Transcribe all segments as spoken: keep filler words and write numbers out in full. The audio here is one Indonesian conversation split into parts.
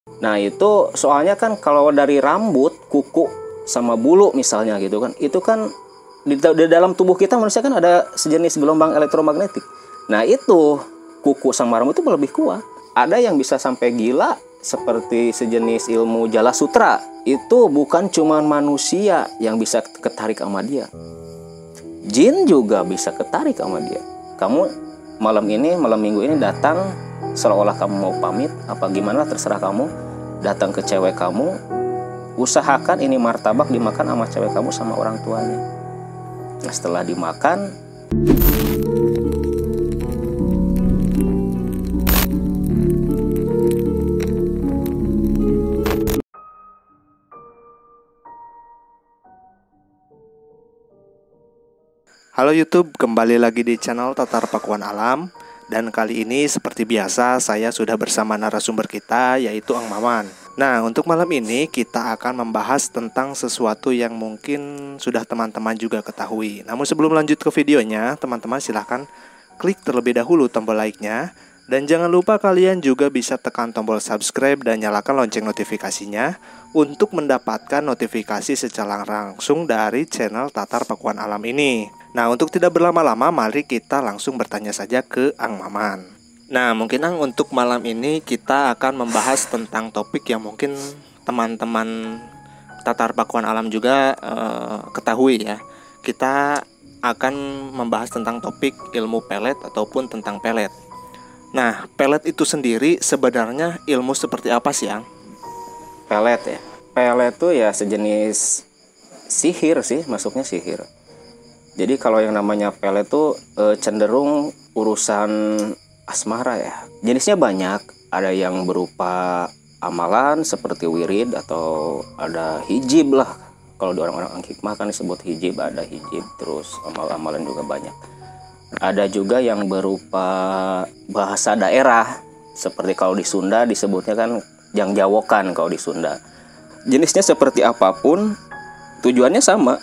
Nah itu soalnya kan kalau dari rambut, kuku, sama bulu misalnya gitu kan, itu kan di, di dalam tubuh kita manusia kan ada sejenis gelombang elektromagnetik. Nah itu kuku sama rambut itu lebih kuat. Ada yang bisa sampai gila seperti sejenis ilmu Jala Sutra. Itu bukan cuma manusia yang bisa ketarik sama dia, jin juga bisa ketarik sama dia. Kamu malam ini, malam minggu ini datang seolah-olah kamu mau pamit, apa gimana terserah kamu. Datang ke cewek kamu, usahakan ini martabak dimakan sama cewek kamu sama orang tuanya. Nah setelah dimakan, Halo YouTube, kembali lagi di channel Tatar Pakuan Alam. Dan kali ini seperti biasa saya sudah bersama narasumber kita, yaitu Ang Maman. Nah, untuk malam ini kita akan membahas tentang sesuatu yang mungkin sudah teman-teman juga ketahui. Namun sebelum lanjut ke videonya, teman-teman silahkan klik terlebih dahulu tombol like-nya. Dan jangan lupa kalian juga bisa tekan tombol subscribe dan nyalakan lonceng notifikasinya untuk mendapatkan notifikasi secara langsung dari channel Tatar Pakuan Alam ini. Nah, untuk tidak berlama-lama, mari kita langsung bertanya saja ke Ang Maman. Nah, mungkin Ang, untuk malam ini kita akan membahas tentang topik yang mungkin teman-teman Tatar Pakuan Alam juga uh, ketahui ya. Kita akan membahas tentang topik ilmu pelet ataupun tentang pelet. Nah, pelet itu sendiri sebenarnya ilmu seperti apa sih, Ang? pelet ya. Pelet tuh ya sejenis sihir sih, masuknya sihir. Jadi kalau yang namanya pelet tuh e, cenderung urusan asmara ya. Jenisnya banyak, ada yang berupa amalan seperti wirid atau ada hijib lah. Kalau di orang-orang hikmah kan disebut hijib, ada hijib, terus amal-amalan juga banyak. Ada juga yang berupa bahasa daerah, seperti kalau di Sunda disebutnya kan jangjawokan kalau di Sunda. Jenisnya seperti apapun, tujuannya sama,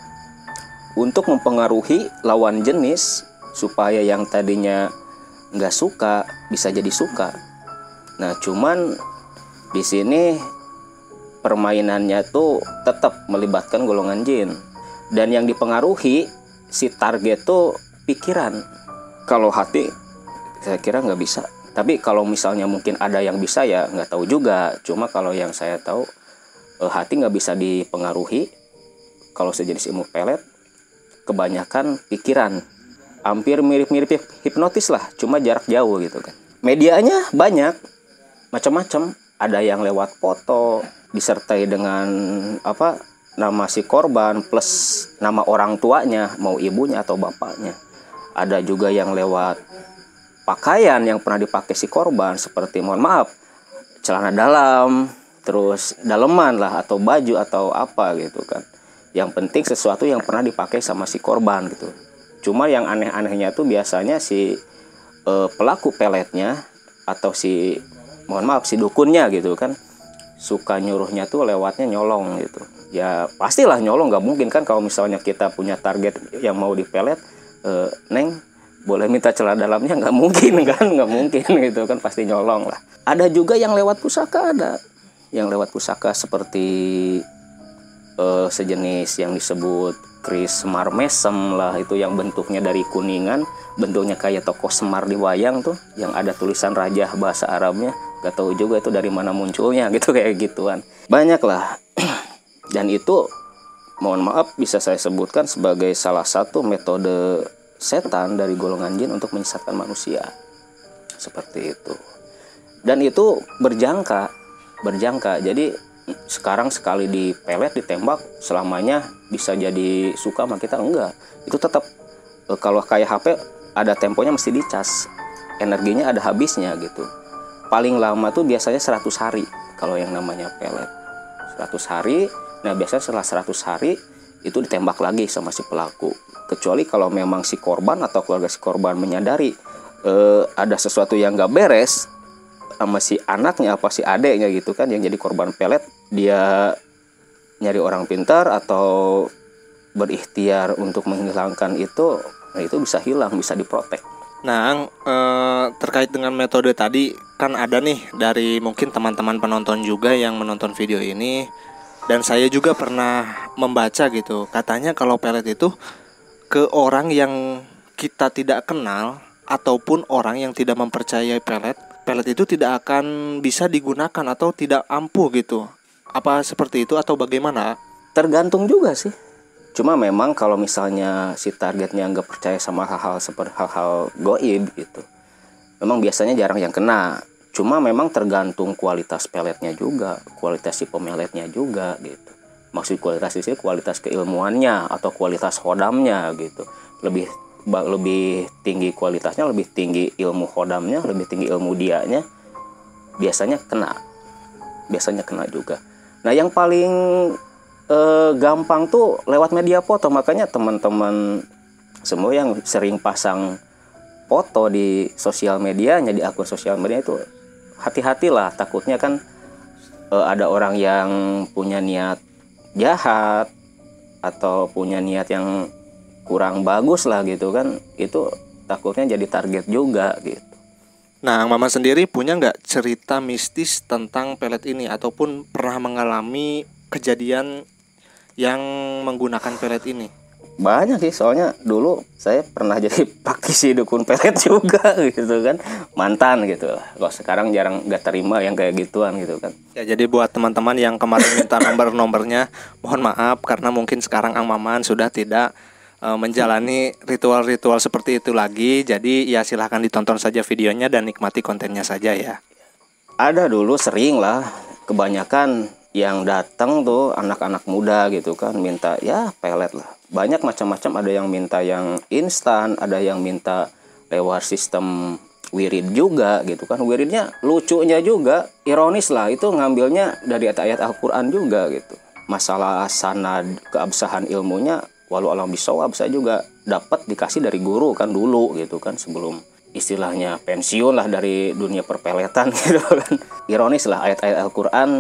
untuk mempengaruhi lawan jenis supaya yang tadinya nggak suka bisa jadi suka. Nah cuman di sini permainannya tuh tetap melibatkan golongan jin, dan yang dipengaruhi si target tuh pikiran. Kalau hati saya kira nggak bisa, tapi kalau misalnya mungkin ada yang bisa ya nggak tahu juga. Cuma kalau yang saya tahu hati nggak bisa dipengaruhi. Kalau sejenis ilmu pelet kebanyakan pikiran, hampir mirip-mirip hipnotis lah, cuma jarak jauh gitu kan. Medianya banyak, macam-macam. Ada yang lewat foto disertai dengan apa nama si korban plus nama orang tuanya, mau ibunya atau bapaknya. Ada juga yang lewat pakaian yang pernah dipakai si korban, seperti mohon maaf celana dalam, terus daleman lah atau baju atau apa gitu kan. Yang penting sesuatu yang pernah dipakai sama si korban gitu. Cuma yang aneh-anehnya tuh biasanya si e, pelaku peletnya atau si mohon maaf si dukunnya gitu kan, suka nyuruhnya tuh lewatnya nyolong gitu. Ya pastilah nyolong, nggak mungkin kan kalau misalnya kita punya target yang mau dipelet, e, neng boleh minta celana dalamnya, nggak mungkin kan, nggak mungkin gitu kan, pasti nyolong lah. Ada juga yang lewat pusaka, ada yang lewat pusaka seperti Uh, sejenis yang disebut keris Semar Mesem lah, itu yang bentuknya dari kuningan, bentuknya kayak tokoh Semar di wayang tuh, yang ada tulisan Raja bahasa Arabnya, gak tahu juga itu dari mana munculnya gitu, kayak gituan banyak lah. Dan itu mohon maaf bisa saya sebutkan sebagai salah satu metode setan dari golongan jin untuk menyesatkan manusia, seperti itu. Dan itu berjangka berjangka jadi sekarang sekali di pelet ditembak selamanya bisa jadi suka sama kita, enggak. Itu tetap e, kalau kayak H P ada temponya, mesti dicas, energinya ada habisnya gitu. Paling lama tuh biasanya seratus hari kalau yang namanya pelet, seratus hari. Nah biasanya setelah seratus hari itu ditembak lagi sama si pelaku, kecuali kalau memang si korban atau keluarga si korban menyadari e, ada sesuatu yang gak beres sama si anaknya apa si adeknya gitu kan yang jadi korban pelet, dia nyari orang pintar atau berikhtiar untuk menghilangkan itu, nah itu bisa hilang, bisa diprotek. Nah, eh, terkait dengan metode tadi kan ada nih dari mungkin teman-teman penonton juga yang menonton video ini, dan saya juga pernah membaca gitu. Katanya kalau pelet itu ke orang yang kita tidak kenal ataupun orang yang tidak mempercayai pelet, pelet itu tidak akan bisa digunakan atau tidak ampuh gitu. Apa seperti itu atau bagaimana? Tergantung juga sih. Cuma memang kalau misalnya si targetnya nggak percaya sama hal-hal seperti hal-hal goib gitu, memang biasanya jarang yang kena. Cuma memang tergantung kualitas peletnya juga, kualitas si pemeletnya juga gitu. Maksud kualitas sih kualitas keilmuannya atau kualitas hodamnya gitu. Lebih lebih tinggi kualitasnya, lebih tinggi ilmu hodamnya, lebih tinggi ilmu dianya, biasanya kena. Biasanya kena juga. Nah, yang paling Eh, gampang tuh lewat media foto. Makanya teman-teman semua yang sering pasang foto di sosial medianya, di akun sosial media itu hati-hatilah, takutnya kan eh, ada orang yang punya niat jahat atau punya niat yang kurang bagus lah gitu kan, itu takutnya jadi target juga gitu. Nah, Mama sendiri punya nggak cerita mistis tentang pelet ini ataupun pernah mengalami kejadian yang menggunakan pelet ini? Banyak sih, soalnya dulu saya pernah jadi praktisi dukun pelet juga gitu kan, mantan gitu lah. Kalau sekarang jarang nggak terima yang kayak gituan gitu kan. Ya, jadi buat teman-teman yang kemarin minta nomor-nomornya, mohon maaf karena mungkin sekarang Ang Maman sudah tidak uh, menjalani ritual-ritual seperti itu lagi. Jadi ya silahkan ditonton saja videonya dan nikmati kontennya saja ya. Ada dulu sering lah, kebanyakan yang datang tuh anak-anak muda gitu kan, minta ya pelet lah. Banyak macam-macam, ada yang minta yang instan, ada yang minta lewat sistem wirid juga gitu kan. Wiridnya lucunya juga ironis lah, itu ngambilnya dari ayat Al-Quran juga gitu. Masalah sanad keabsahan ilmunya walau alam bisawab, saya juga dapat dikasih dari guru kan dulu gitu kan, sebelum istilahnya pensiun lah dari dunia perpeletan gitu kan. Ironis lah, ayat-ayat Al-Quran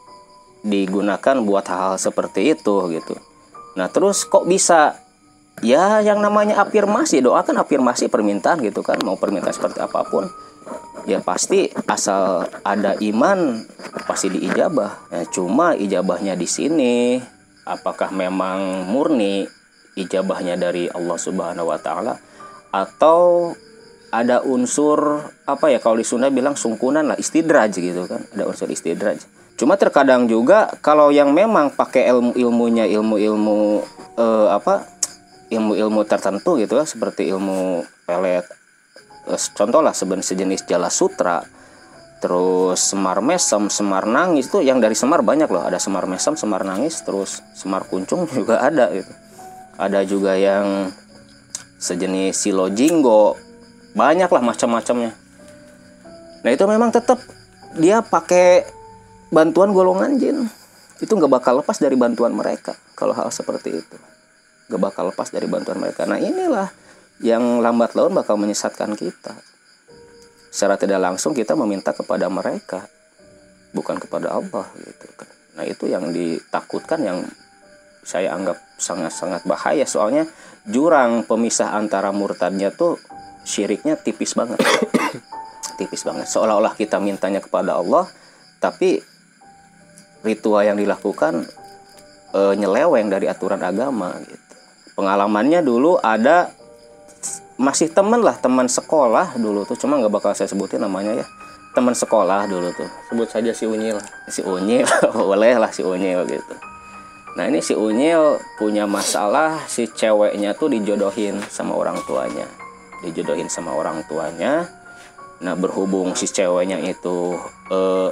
digunakan buat hal-hal seperti itu gitu. Nah, terus kok bisa? Ya yang namanya afirmasi, doa kan afirmasi permintaan gitu kan. Mau permintaan seperti apapun, ya pasti asal ada iman pasti diijabah. Nah, cuma ijabahnya di sini apakah memang murni ijabahnya dari Allah Subhanahu wa taala atau ada unsur apa ya, kalau di Sunda bilang sungkunan lah, istidraj gitu kan. Ada unsur istidraj. Cuma terkadang juga kalau yang memang pakai ilmu-ilmunya ilmu-ilmu eh, apa ilmu-ilmu tertentu gitu ya, seperti ilmu pelet, eh, contoh lah sejenis jala sutra, terus semar mesem, semar nangis, itu yang dari semar banyak loh. Ada semar mesem, semar nangis, terus semar kuncung juga ada gitu. Ada juga yang sejenis silo jinggo, banyak lah macam-macamnya. Nah, itu memang tetap dia pakai bantuan golongan jin, itu nggak bakal lepas dari bantuan mereka. Kalau hal seperti itu nggak bakal lepas dari bantuan mereka. Nah, inilah yang lambat laun bakal menyesatkan kita. Secara tidak langsung kita meminta kepada mereka, bukan kepada Allah gitu kan. Nah, itu yang ditakutkan, yang saya anggap sangat-sangat bahaya. Soalnya jurang pemisah antara murtadnya tuh syiriknya tipis banget. Tipis banget. Seolah-olah kita mintanya kepada Allah, tapi ritual yang dilakukan e, nyeleweng dari aturan agama gitu. Pengalamannya dulu ada, masih temen lah, teman sekolah dulu tuh, cuma nggak bakal saya sebutin namanya ya. Teman sekolah dulu tuh, sebut saja si Unyil. Si Unyil, boleh lah si Unyil gitu. Nah, ini si Unyil punya masalah, si ceweknya tuh dijodohin sama orang tuanya. Dijodohin sama orang tuanya. Nah, berhubung si ceweknya itu eh,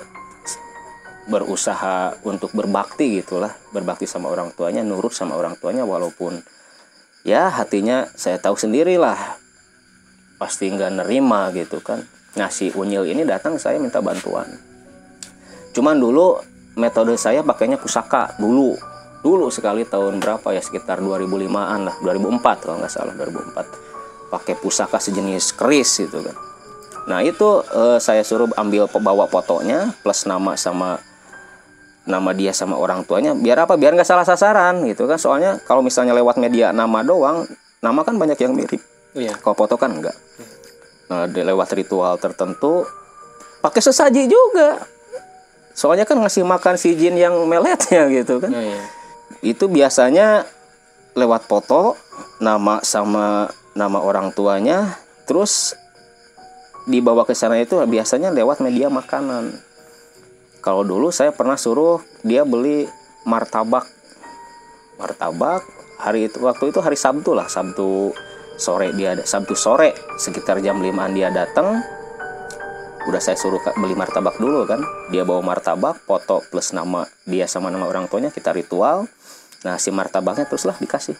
berusaha untuk berbakti gitulah, berbakti sama orang tuanya, nurut sama orang tuanya, walaupun ya hatinya saya tahu sendirilah pasti nggak nerima gitu kan. Nah, si Unyil ini datang, saya minta bantuan. Cuman dulu metode saya pakainya pusaka dulu. Dulu sekali tahun berapa ya, sekitar dua ribu limaan lah, dua ribu empat kalau nggak salah, dua ribu empat. Pakai pusaka sejenis keris gitu kan. Nah, itu eh, saya suruh ambil pembawa fotonya plus nama sama nama dia sama orang tuanya, biar apa, biar nggak salah sasaran gitu kan. Soalnya kalau misalnya lewat media nama doang, nama kan banyak yang mirip. Iya. Kalau foto kan enggak. Nah, lewat ritual tertentu pakai sesaji juga. Soalnya kan ngasih makan si jin yang meletnya gitu kan. Ya, ya. Itu biasanya lewat foto, nama sama nama orang tuanya, terus dibawa ke sana itu biasanya lewat media makanan. Kalau dulu saya pernah suruh dia beli martabak. Martabak hari itu waktu itu hari Sabtu lah, Sabtu sore dia ada Sabtu sore sekitar jam limaan dia datang. Udah saya suruh beli martabak dulu kan. Dia bawa martabak, foto plus nama dia sama nama orang tuanya, kita ritual. Nah, si martabaknya teruslah dikasih.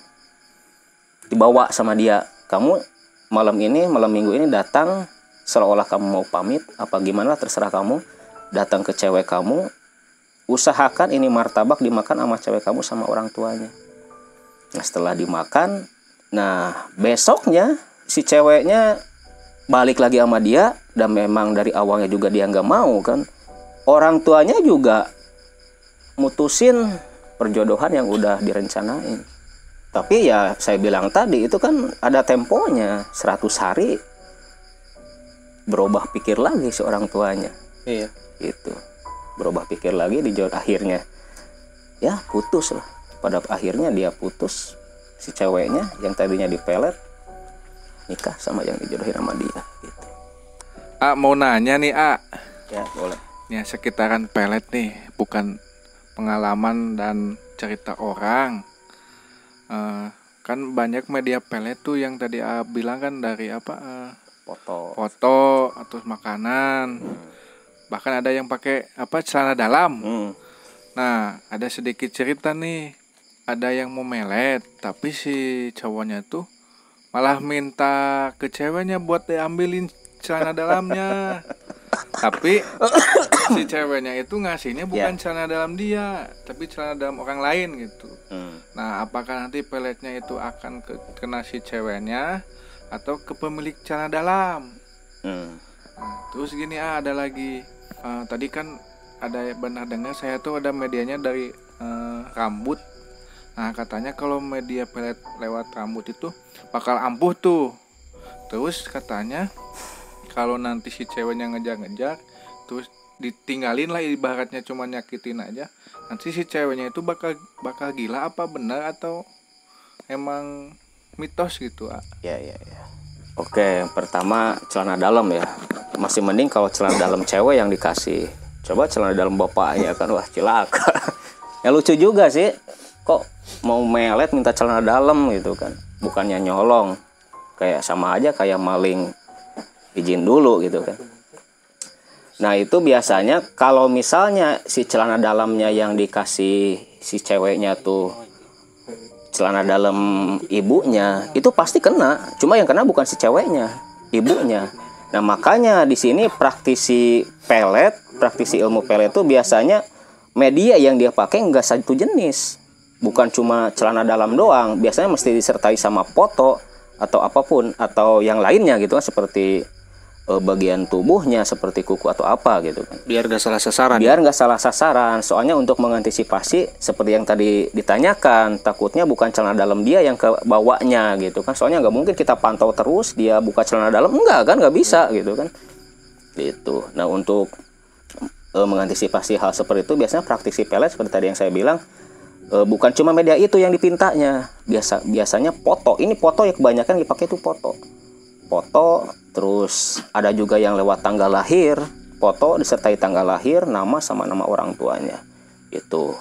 Dibawa sama dia. Kamu malam ini, malam minggu ini datang seolah-olah kamu mau pamit, apa gimana terserah kamu. Datang ke cewek kamu, usahakan ini martabak dimakan sama cewek kamu sama orang tuanya. Nah, setelah dimakan, nah besoknya si ceweknya balik lagi sama dia, dan memang dari awalnya juga dia nggak mau kan, orang tuanya juga mutusin perjodohan yang udah direncanain. Tapi ya saya bilang tadi itu kan ada temponya, seratus hari berubah pikir lagi si orang tuanya. Iya. Gitu, berubah pikir lagi, di jalan akhirnya ya putus lah. Pada akhirnya dia putus, si ceweknya yang tadinya dipelet nikah sama yang dijodohin sama dia gitu. A mau nanya nih A. Ya boleh. Ya sekitaran pelet nih, bukan pengalaman dan cerita orang. Uh, kan banyak media pelet tuh yang tadi A bilang kan dari apa? Uh, Foto. Foto atau makanan. Hmm. Bahkan ada yang pakai apa celana dalam. Hmm. Nah ada sedikit cerita nih, ada yang mau melet tapi si cowoknya tuh malah minta ke ceweknya buat diambilin celana dalamnya. Tapi si ceweknya itu ngasihnya bukan yeah. celana dalam dia, tapi celana dalam orang lain gitu. Hmm. Nah, apakah nanti peletnya itu akan ke, kena si ceweknya atau ke pemilik celana dalam? Hmm. Nah, terus gini ah, ada lagi. Uh, tadi kan ada benar dengar saya tuh ada medianya dari uh, rambut. Nah katanya kalau media pelet lewat rambut itu bakal ampuh tuh. Terus katanya kalau nanti si ceweknya ngejar-ngejar, terus ditinggalin lah ibaratnya cuma nyakitin aja, nanti si ceweknya itu bakal bakal gila. Apa benar atau emang mitos gitu? Ah? Ya ya ya. Oke, yang pertama celana dalam ya. Masih mending kalau celana dalam cewek yang dikasih. Coba celana dalam bapaknya kan, wah cilaka. Ya lucu juga sih. Kok mau melet minta celana dalam gitu kan, bukannya nyolong. Kayak sama aja kayak maling izin dulu gitu kan. Nah itu biasanya kalau misalnya si celana dalamnya yang dikasih si ceweknya tuh celana dalam ibunya, itu pasti kena. Cuma yang kena bukan si ceweknya, ibunya. Nah makanya di sini praktisi pelet, praktisi ilmu pelet itu biasanya media yang dia pakai nggak satu jenis. Bukan cuma celana dalam doang, biasanya mesti disertai sama foto atau apapun, atau yang lainnya gitu kan, seperti e, bagian tubuhnya, seperti kuku atau apa gitu kan. Biar gak salah sasaran. Biar gak salah sasaran, soalnya untuk mengantisipasi seperti yang tadi ditanyakan, takutnya bukan celana dalam dia yang ke bawahnya gitu kan. Soalnya nggak mungkin kita pantau terus dia buka celana dalam, enggak kan, nggak bisa gitu kan. Gitu. Nah untuk e, mengantisipasi hal seperti itu biasanya praktisi pelet seperti tadi yang saya bilang. E, bukan cuma media itu yang dipintanya, biasa biasanya foto. Ini foto yang kebanyakan dipakai itu foto, foto. Terus ada juga yang lewat tanggal lahir, foto disertai tanggal lahir, nama sama nama orang tuanya, itu.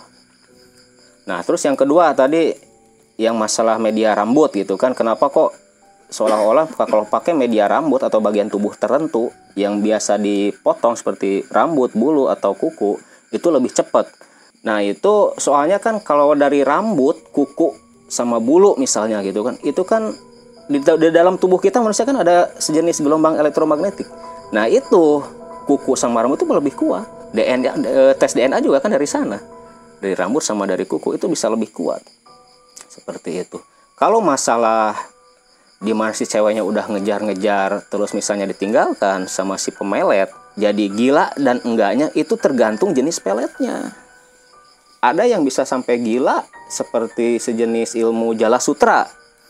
Nah terus yang kedua tadi yang masalah media rambut gitu kan, kenapa kok seolah-olah kalau pakai media rambut atau bagian tubuh tertentu yang biasa dipotong seperti rambut, bulu atau kuku itu lebih cepat. Nah itu soalnya kan kalau dari rambut, kuku, sama bulu misalnya gitu kan, itu kan di, di dalam tubuh kita manusia kan ada sejenis gelombang elektromagnetik. Nah itu kuku sama rambut itu lebih kuat. D N A, tes D N A juga kan dari sana, dari rambut sama dari kuku itu bisa lebih kuat. Seperti itu. Kalau masalah di mana si ceweknya udah ngejar-ngejar terus misalnya ditinggalkan sama si pemelet, jadi gila dan enggaknya itu tergantung jenis peletnya. Ada yang bisa sampai gila seperti sejenis ilmu Jala Sutra.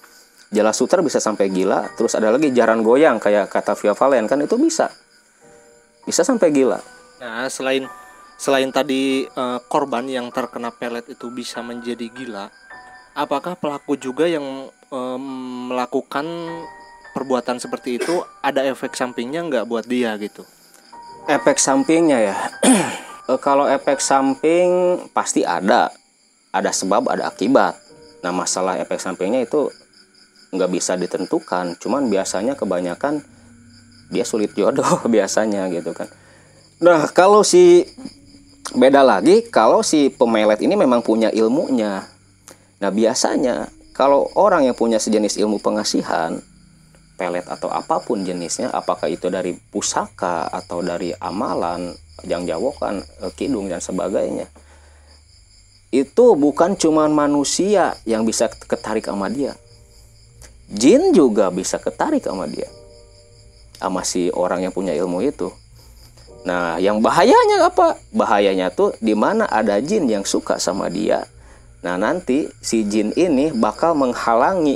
Jala Sutra bisa sampai gila. Terus ada lagi jaran goyang kayak kata Via Valen kan, itu bisa bisa sampai gila. Nah, selain selain tadi eh, korban yang terkena pelet itu bisa menjadi gila, apakah pelaku juga yang eh, melakukan perbuatan seperti itu ada efek sampingnya nggak buat dia gitu? Efek sampingnya ya, e, kalau efek samping pasti ada, ada sebab ada akibat. Nah, masalah efek sampingnya itu nggak bisa ditentukan, cuman biasanya kebanyakan dia sulit jodoh biasanya gitu kan. Nah, kalau si beda lagi kalau si pemelet ini memang punya ilmunya. Nah, biasanya kalau orang yang punya sejenis ilmu pengasihan, pelet atau apapun jenisnya, apakah itu dari pusaka atau dari amalan, jangjawokan, kidung dan sebagainya, itu bukan cuma manusia yang bisa ketarik sama dia. Jin juga bisa ketarik sama dia, sama si orang yang punya ilmu itu. Nah, yang bahayanya apa? Bahayanya tuh di mana ada jin yang suka sama dia. Nah, nanti si jin ini bakal menghalangi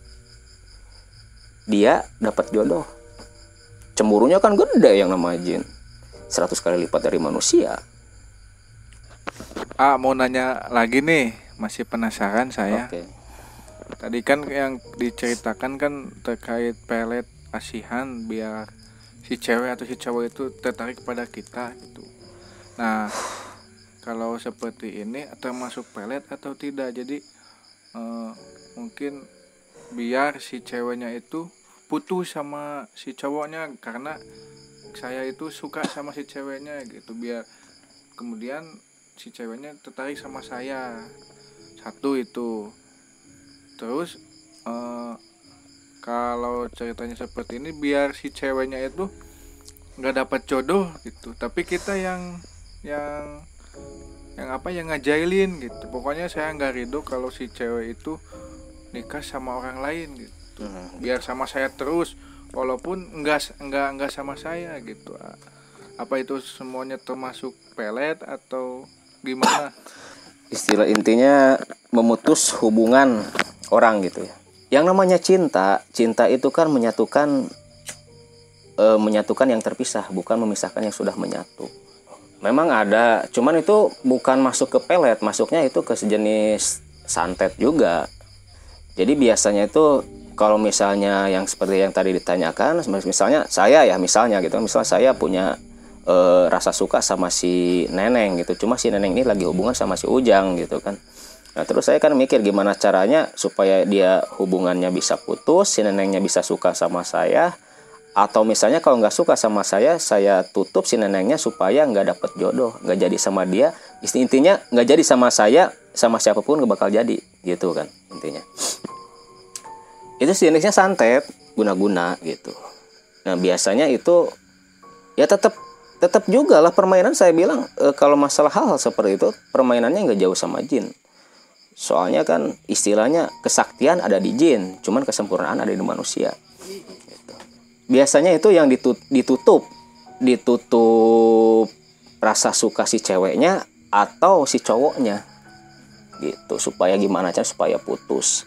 dia dapat jodoh. Cemburunya kan gede yang namanya jin, seratus kali lipat dari manusia. Ah, mau nanya lagi nih, masih penasaran saya. Oke. Tadi kan yang diceritakan kan terkait pelet asihan biar si cewek atau si cowok itu tertarik pada kita gitu. Nah, kalau seperti ini termasuk pelet atau tidak? Jadi eh, mungkin biar si ceweknya itu putus sama si cowoknya karena saya itu suka sama si ceweknya gitu, biar kemudian si ceweknya tertarik sama saya. Satu itu. Terus uh, kalau ceritanya seperti ini biar si ceweknya itu nggak dapat jodoh gitu, tapi kita yang yang yang apa yang ngajailin gitu. Pokoknya saya nggak ridho kalau si cewek itu nikah sama orang lain gitu, biar sama saya terus walaupun nggak nggak nggak sama saya gitu. Apa itu semuanya termasuk pelet atau gimana? Istilah intinya memutus hubungan orang gitu ya. Yang namanya cinta, cinta itu kan menyatukan e, menyatukan yang terpisah, bukan memisahkan yang sudah menyatu. Memang ada, cuman itu bukan masuk ke pelet, masuknya itu ke sejenis santet juga. Jadi biasanya itu kalau misalnya yang seperti yang tadi ditanyakan, misalnya saya ya misalnya gitu, misalnya saya punya e, rasa suka sama si Neneng gitu, cuma si Neneng ini lagi hubungan sama si Ujang gitu kan. Nah, terus saya kan mikir gimana caranya supaya dia hubungannya bisa putus, si Nenengnya bisa suka sama saya, atau misalnya kalau nggak suka sama saya, saya tutup si Nenengnya supaya nggak dapet jodoh, nggak jadi sama dia. Intinya nggak jadi sama saya, sama siapapun nggak bakal jadi, gitu kan intinya. Itu jenisnya santet, guna-guna gitu. Nah, biasanya itu ya tetap tetap juga lah permainan. Saya bilang e, kalau masalah hal-hal seperti itu permainannya nggak jauh sama jin. Soalnya kan istilahnya kesaktian ada di jin, cuman kesempurnaan ada di manusia. Gitu. Biasanya itu yang ditutup, ditutup rasa suka si ceweknya atau si cowoknya, gitu. Supaya gimana cara supaya putus.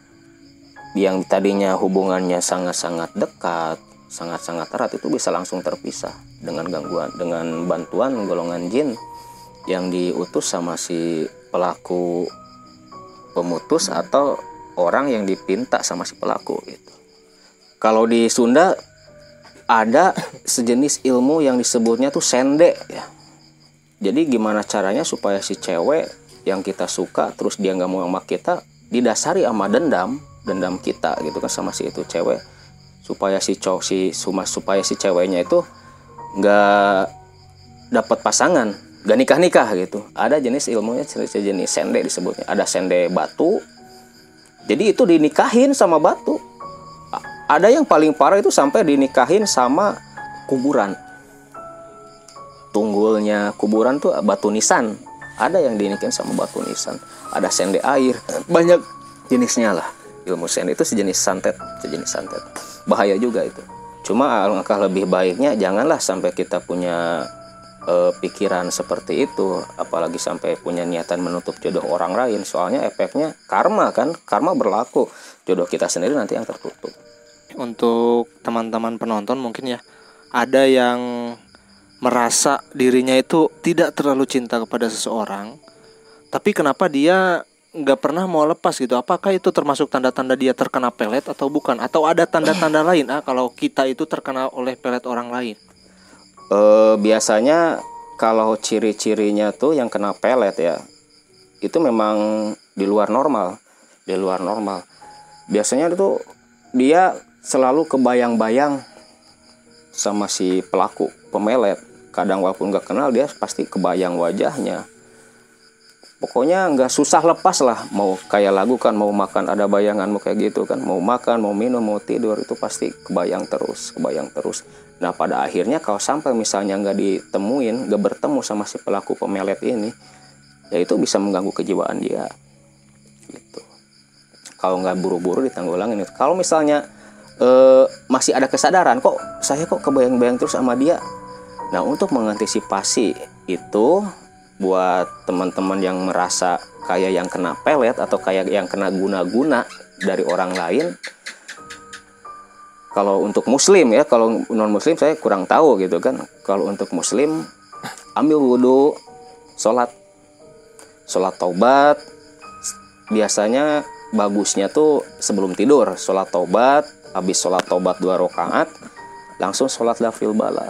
Yang tadinya hubungannya sangat-sangat dekat, sangat-sangat erat itu bisa langsung terpisah dengan gangguan, dengan bantuan golongan jin yang diutus sama si pelaku pemutus atau orang yang dipinta sama si pelaku gitu. Kalau di Sunda ada sejenis ilmu yang disebutnya tuh sende ya. Jadi gimana caranya supaya si cewek yang kita suka terus dia nggak mau sama kita, didasari sama dendam, dendam kita gitu kan sama si itu cewek, supaya si cowok si supaya si ceweknya itu nggak dapat pasangan, gak nikah-nikah gitu. Ada jenis ilmunya jenis sende disebutnya. Ada sende batu. Jadi itu dinikahin sama batu. Ada yang paling parah itu sampai dinikahin sama kuburan. Tunggulnya kuburan tuh batu nisan. Ada yang dinikahin sama batu nisan. Ada sende air. Banyak jenisnya lah. Ilmu sende itu sejenis santet, sejenis santet. Bahaya juga itu. Cuma alangkah lebih baiknya janganlah sampai kita punya e, pikiran seperti itu, apalagi sampai punya niatan menutup jodoh orang lain. Soalnya efeknya karma kan, karma berlaku, jodoh kita sendiri nanti yang tertutup. Untuk teman-teman penonton mungkin ya, ada yang merasa dirinya itu tidak terlalu cinta kepada seseorang, tapi kenapa dia nggak pernah mau lepas gitu? Apakah itu termasuk tanda-tanda dia terkena pelet atau bukan? Atau ada tanda-tanda lain ah kalau kita itu terkena oleh pelet orang lain? E, biasanya kalau ciri-cirinya tuh yang kena pelet ya, itu memang di luar normal, di luar normal. Biasanya itu dia selalu kebayang-bayang sama si pelaku pemelet. Kadang walaupun nggak kenal dia pasti kebayang wajahnya. Pokoknya nggak susah lepas lah. Mau kayak lagu kan, mau makan ada bayangan, mau kayak gitu kan, mau makan, mau minum, mau tidur, itu pasti kebayang terus, kebayang terus. Nah pada akhirnya kalau sampai misalnya nggak ditemuin, nggak bertemu sama si pelaku pemelet ini, ya itu bisa mengganggu kejiwaan dia gitu. Kalau nggak buru-buru ditanggulangin. Kalau misalnya eh, masih ada kesadaran, kok saya kok kebayang-bayang terus sama dia. Nah untuk mengantisipasi itu, buat teman-teman yang merasa kayak yang kena pelet atau kayak yang kena guna-guna dari orang lain, kalau untuk muslim ya, kalau non muslim saya kurang tahu gitu kan. Kalau untuk muslim, ambil wudhu, sholat, sholat taubat. Biasanya bagusnya tuh sebelum tidur, sholat taubat. Habis sholat taubat dua rakaat, langsung sholat lafil bala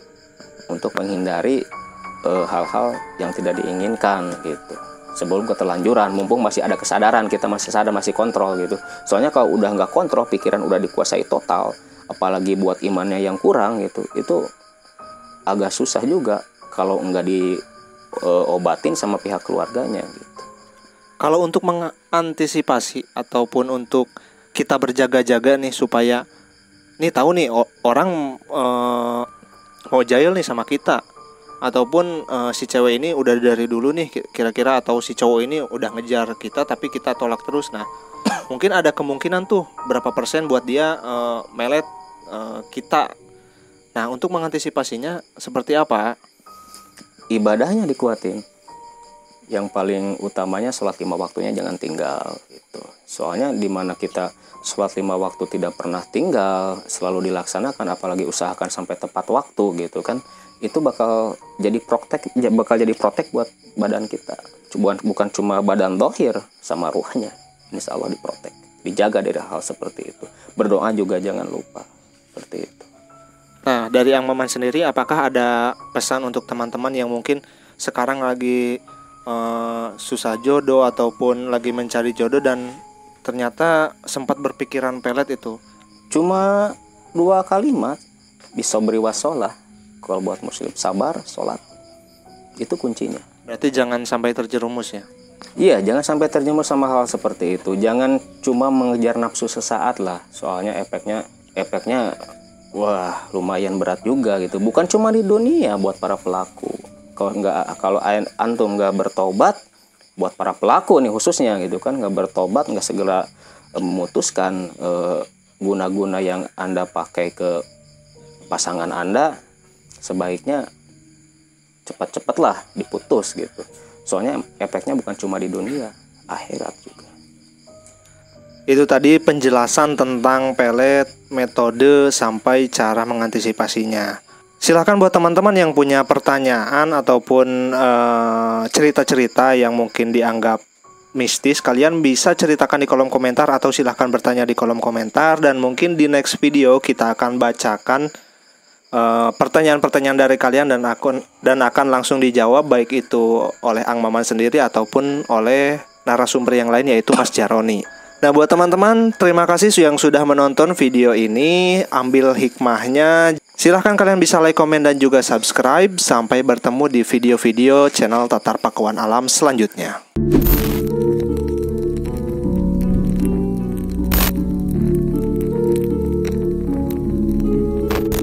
untuk menghindari e, hal-hal yang tidak diinginkan gitu. Sebelum keterlanjuran, mumpung masih ada kesadaran, kita masih sadar, masih kontrol gitu. Soalnya kalau udah nggak kontrol, pikiran udah dikuasai total, apalagi buat imannya yang kurang gitu, itu agak susah juga kalau nggak diobatin sama pihak keluarganya gitu. Kalau untuk mengantisipasi ataupun untuk kita berjaga-jaga nih supaya nih tahu nih orang eh, mau jahil nih sama kita, ataupun uh, si cewek ini udah dari dulu nih kira-kira, atau si cowok ini udah ngejar kita tapi kita tolak terus. Nah mungkin ada kemungkinan tuh berapa persen buat dia uh, melet uh, kita. Nah untuk mengantisipasinya seperti apa? Ibadahnya dikuatin. Yang paling utamanya sholat lima waktunya jangan tinggal gitu. Soalnya dimana kita sholat lima waktu tidak pernah tinggal, selalu dilaksanakan, apalagi usahakan sampai tepat waktu gitu kan, itu bakal jadi protek, bakal jadi protek buat badan kita. Bukan, bukan cuma badan dohir, sama ruhnya, insya Allah diprotek, dijaga dari hal seperti itu. Berdoa juga jangan lupa seperti itu. Nah dari Ang Maman sendiri, apakah ada pesan untuk teman-teman yang mungkin sekarang lagi uh, susah jodoh ataupun lagi mencari jodoh dan ternyata sempat berpikiran pelet itu? Cuma dua kalimat, bisa beri wasolah. Kalau buat muslim, sabar, sholat, itu kuncinya. Berarti jangan sampai terjerumus ya? Iya, jangan sampai terjerumus sama hal seperti itu. Jangan cuma mengejar nafsu sesaat lah. Soalnya efeknya, efeknya, wah lumayan berat juga gitu. Bukan cuma di dunia buat para pelaku. Kalau nggak, kalau antum nggak bertobat, buat para pelaku nih khususnya gitu kan, nggak bertobat, nggak segera e, memutuskan e, guna-guna yang anda pakai ke pasangan anda, sebaiknya cepat-cepatlah diputus gitu. Soalnya efeknya bukan cuma di dunia, akhirat juga. Itu tadi penjelasan tentang pelet, metode sampai cara mengantisipasinya. Silahkan buat teman-teman yang punya pertanyaan ataupun uh, cerita-cerita yang mungkin dianggap mistis, kalian bisa ceritakan di kolom komentar atau silahkan bertanya di kolom komentar. Dan mungkin di next video kita akan bacakan uh, pertanyaan-pertanyaan dari kalian dan akan, dan akan langsung dijawab, baik itu oleh Ang Maman sendiri ataupun oleh narasumber yang lain, yaitu Mas Jaroni. Nah buat teman-teman, terima kasih yang sudah menonton video ini. Ambil hikmahnya. Silahkan kalian bisa like, komen, dan juga subscribe. Sampai bertemu di video-video channel Tatar Pakuan Alam selanjutnya.